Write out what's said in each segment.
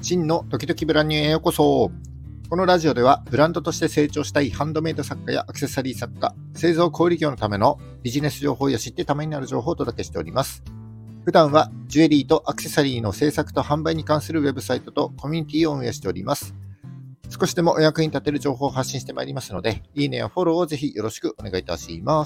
真のドキドキブランニューへようこそ。このラジオではブランドとして成長したいハンドメイド作家やアクセサリー作家、製造小売業のためのビジネス情報や知ってためになる情報をお届けしております。普段はジュエリーとアクセサリーの制作と販売に関するウェブサイトとコミュニティを運営しております。少しでもお役に立てる情報を発信してまいりますので、いいねやフォローをぜひよろしくお願いいたします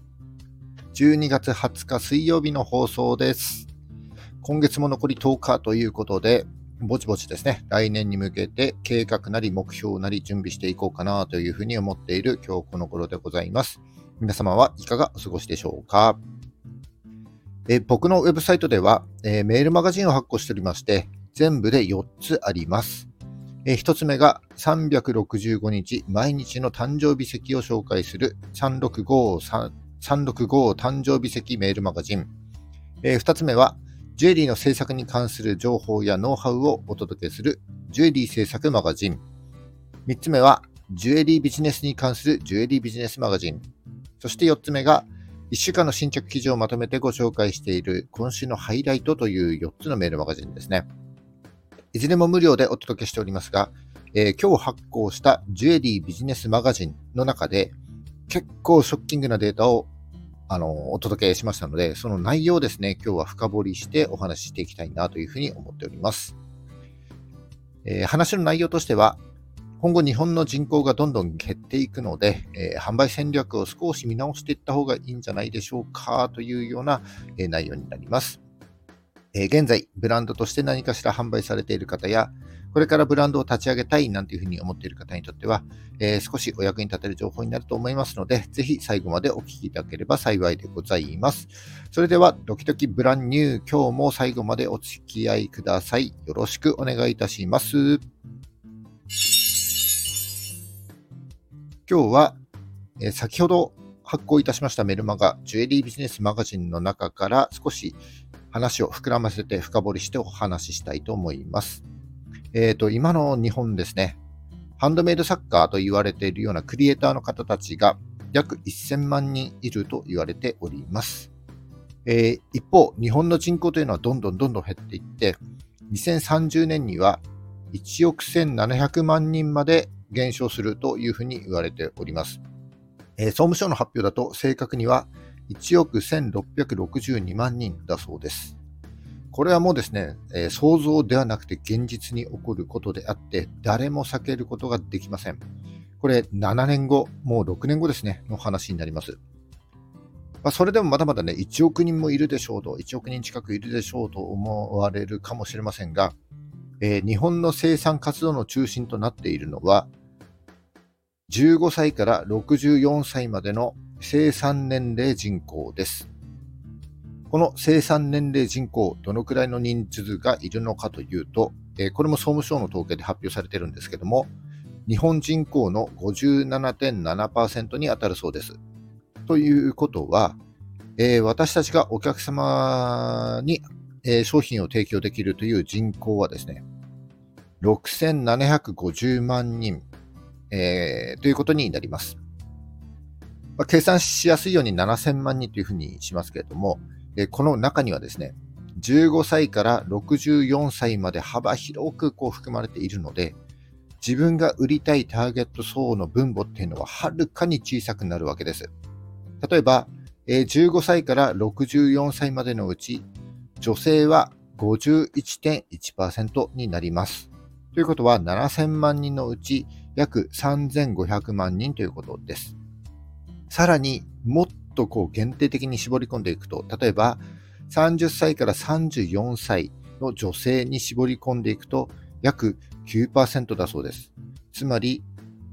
。12月20日水曜日の放送です。今月も残り10日ということで、ぼちぼちですね、来年に向けて計画なり目標なり準備していこうかなというふうに思っている今日この頃でございます。皆様はいかがお過ごしでしょうか。僕のウェブサイトでは、メールマガジンを発行しておりまして、全部で4つあります。1つ目が365日毎日の誕生日石を紹介する365誕生日石メールマガジン。2つ目はジュエリーの制作に関する情報やノウハウをお届けするジュエリー制作マガジン。3つ目はジュエリービジネスに関するジュエリービジネスマガジン。そして4つ目が1週間の新着記事をまとめてご紹介している今週のハイライトという4つのメールマガジンですね。いずれも無料でお届けしておりますが、今日発行したジュエリービジネスマガジンの中で結構ショッキングなデータをお届けしましたので、その内容をですね、今日は深掘りしてお話ししていきたいなというふうに思っております。話の内容としては、今後日本の人口がどんどん減っていくので、販売戦略を少し見直していった方がいいんじゃないでしょうかというような、内容になります。現在、ブランドとして何かしら販売されている方や、これからブランドを立ち上げたいなんていうふうに思っている方にとっては、少しお役に立てる情報になると思いますので、ぜひ最後までお聞きいただければ幸いでございます。それでは、ドキドキブランニュー、今日も最後までお付き合いください。よろしくお願いいたします。今日は、先ほど発行いたしましたメルマガ、ジュエリービジネスマガジンの中から少し話を膨らませて深掘りしてお話ししたいと思います。今の日本ですね、ハンドメイド作家と言われているようなクリエイターの方たちが約1000万人いると言われております。一方、日本の人口というのはどんどん減っていって、2030年には1億1700万人まで減少するというふうに言われております。総務省の発表だと正確には1億1662万人だそうです。これはもうですね、想像ではなくて現実に起こることであって、誰も避けることができません。これ7年後、もう6年後ですね、の話になります。それでもまだまだね、1億人もいるでしょうと、1億人近くいるでしょうと思われるかもしれませんが、日本の生産活動の中心となっているのは、15歳から64歳までの生産年齢人口です。この生産年齢人口、どのくらいの人数がいるのかというと、これも総務省の統計で発表されているんですけども、日本人口の 57.7% に当たるそうです。ということは、私たちがお客様に、商品を提供できるという人口はですね、6750万人、ということになります。計算しやすいように7000万人というふうにしますけれども、この中にはですね、15歳から64歳まで幅広く含まれているので、自分が売りたいターゲット層の分母っていうのははるかに小さくなるわけです。例えば、15歳から64歳までのうち、女性は 51.1% になります。ということは、7000万人のうち約3500万人ということです。さらにもっと限定的に絞り込んでいくと、例えば30歳から34歳の女性に絞り込んでいくと約 9% だそうです。つまり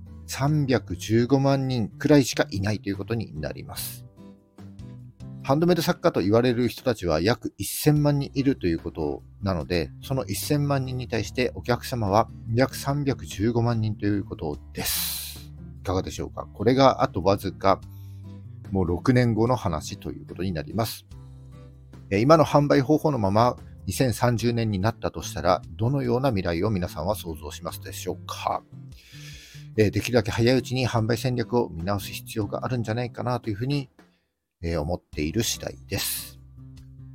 315万人くらいしかいないということになります。ハンドメイド作家と言われる人たちは約1000万人いるということなので、その1000万人に対してお客様は約315万人ということです。いかがでしょうか。これがあとわずかもう6年後の話ということになります。今の販売方法のまま2030年になったとしたら、どのような未来を皆さんは想像しますでしょうか。できるだけ早いうちに販売戦略を見直す必要があるんじゃないかなというふうに思っている次第です。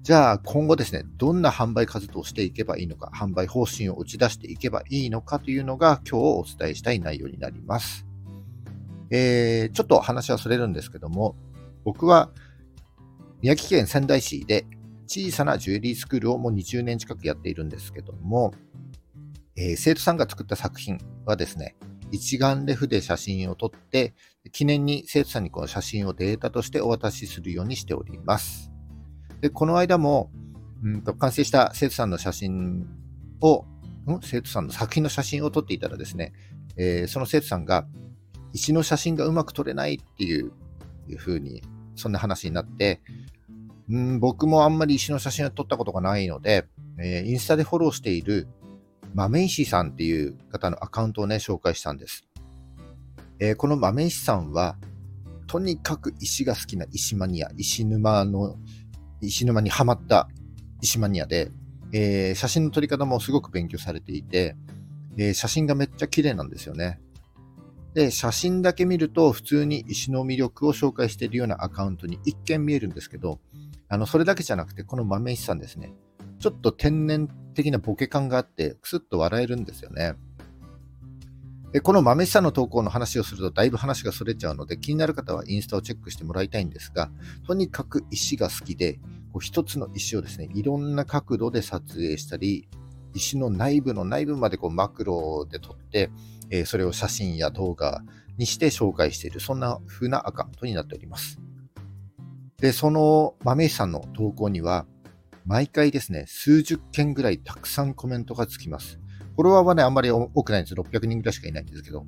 じゃあ今後ですね、どんな販売活動をしていけばいいのか、販売方針を打ち出していけばいいのかというのが今日お伝えしたい内容になります。ちょっと話はそれるんですけども、僕は宮城県仙台市で小さなジュエリースクールをもう20年近くやっているんですけども、生徒さんが作った作品はですね、一眼レフで写真を撮って、記念に生徒さんにこの写真をデータとしてお渡しするようにしております。で、この間も、完成した生徒さんの写真を、生徒さんの作品の写真を撮っていたらですね、その生徒さんが、石の写真がうまく撮れないっていう風に、そんな話になって、僕もあんまり石の写真を撮ったことがないので、インスタでフォローしている豆石さんっていう方のアカウントをね、紹介したんです。この豆石さんは、とにかく石が好きな石マニア、石沼にハマった石マニアで、写真の撮り方もすごく勉強されていて、写真がめっちゃ綺麗なんですよね。で、写真だけ見ると普通に石の魅力を紹介しているようなアカウントに一見見えるんですけど、それだけじゃなくて、この豆石さんですね、ちょっと天然的なボケ感があって、くすっと笑えるんですよね。で、この豆石さんの投稿の話をするとだいぶ話がそれちゃうので、気になる方はインスタをチェックしてもらいたいんですが、とにかく石が好きで、一つの石をですね、いろんな角度で撮影したり、石の内部の内部までマクロで撮って、それを写真や動画にして紹介している、そんな風なアカウントになっております。で、その豆石さんの投稿には、毎回ですね、数十件ぐらいたくさんコメントがつきます。フォロワーはね、あんまり多くないんです。600人ぐらいしかいないんですけど、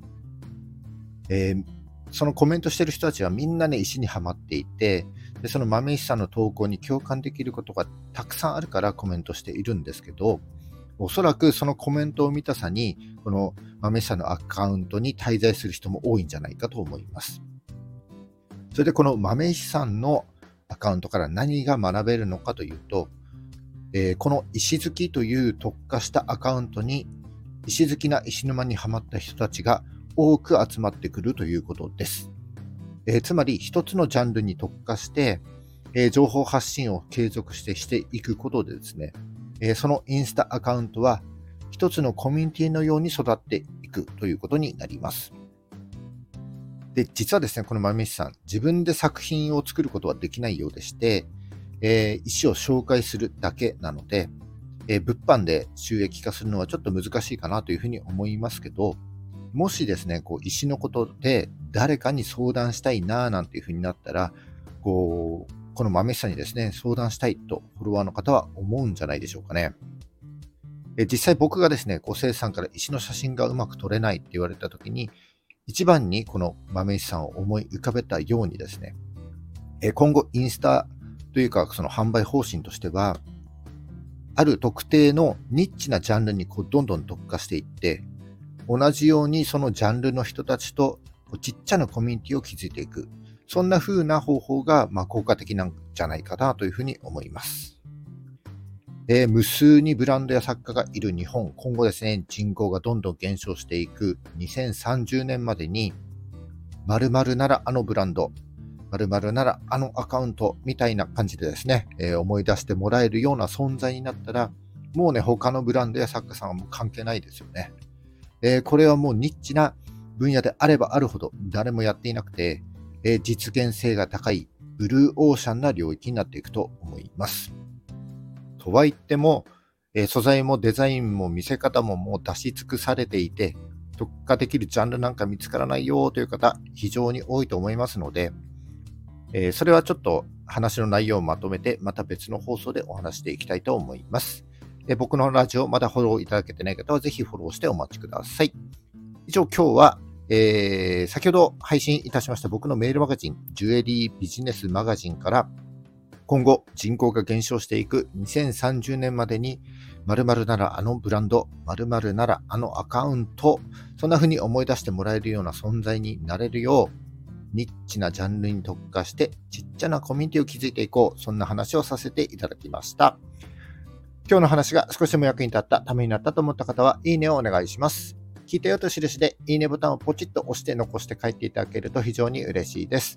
そのコメントしてる人たちはみんなね、石にはまっていて、で、その豆石さんの投稿に共感できることがたくさんあるからコメントしているんですけど、おそらくそのコメントを見たさに、この豆石さんのアカウントに滞在する人も多いんじゃないかと思います。それでこの豆石さんのアカウントから何が学べるのかというと、この石好きという特化したアカウントに石好きな石沼にはまった人たちが多く集まってくるということです。つまり一つのジャンルに特化して、情報発信を継続していくことでですね、そのインスタアカウントは一つのコミュニティのように育っていくということになります。で、実はですね、この豆石さん、自分で作品を作ることはできないようでして、石を紹介するだけなので、物販で収益化するのはちょっと難しいかなというふうに思いますけど、もしですね、石のことで誰かに相談したいななんていうふうになったら、この豆石さんにですね、相談したいとフォロワーの方は思うんじゃないでしょうかね。実際僕がですね、生さんから石の写真がうまく撮れないって言われたときに、一番にこの豆石さんを思い浮かべたようにですね、今後インスタというかその販売方針としては、ある特定のニッチなジャンルにどんどん特化していって、同じようにそのジャンルの人たちとちっちゃなコミュニティを築いていく。そんな風な方法が効果的なんじゃないかなというふうに思います。無数にブランドや作家がいる日本、今後ですね、人口がどんどん減少していく2030年までに、〇〇ならあのブランド、〇〇ならあのアカウントみたいな感じでですね、思い出してもらえるような存在になったら、もうね、他のブランドや作家さんはもう関係ないですよね。これはもうニッチな分野であればあるほど誰もやっていなくて、実現性が高いブルーオーシャンな領域になっていくと思います。とは言っても、素材もデザインも見せ方ももう出し尽くされていて、特化できるジャンルなんか見つからないよという方非常に多いと思いますので、それはちょっと話の内容をまとめてまた別の放送でお話していきたいと思います。僕のラジオまだフォローいただけてない方はぜひフォローしてお待ちください。以上今日は、先ほど配信いたしました僕のメールマガジンジュエリービジネスマガジンから今後人口が減少していく2030年までに〇〇ならあのブランド、〇〇ならあのアカウント、そんな風に思い出してもらえるような存在になれるようニッチなジャンルに特化してちっちゃなコミュニティを築いていこう、そんな話をさせていただきました。今日の話が少しでも役に立った、ためになったと思った方は、いいねをお願いします。聞いたよと印で、いいねボタンをポチッと押して残して帰っていただけると非常に嬉しいです。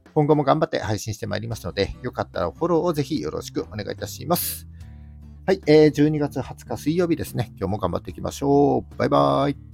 今後も頑張って配信してまいりますので、よかったらフォローをぜひよろしくお願いいたします。はい、12月20日水曜日ですね。今日も頑張っていきましょう。バイバイ。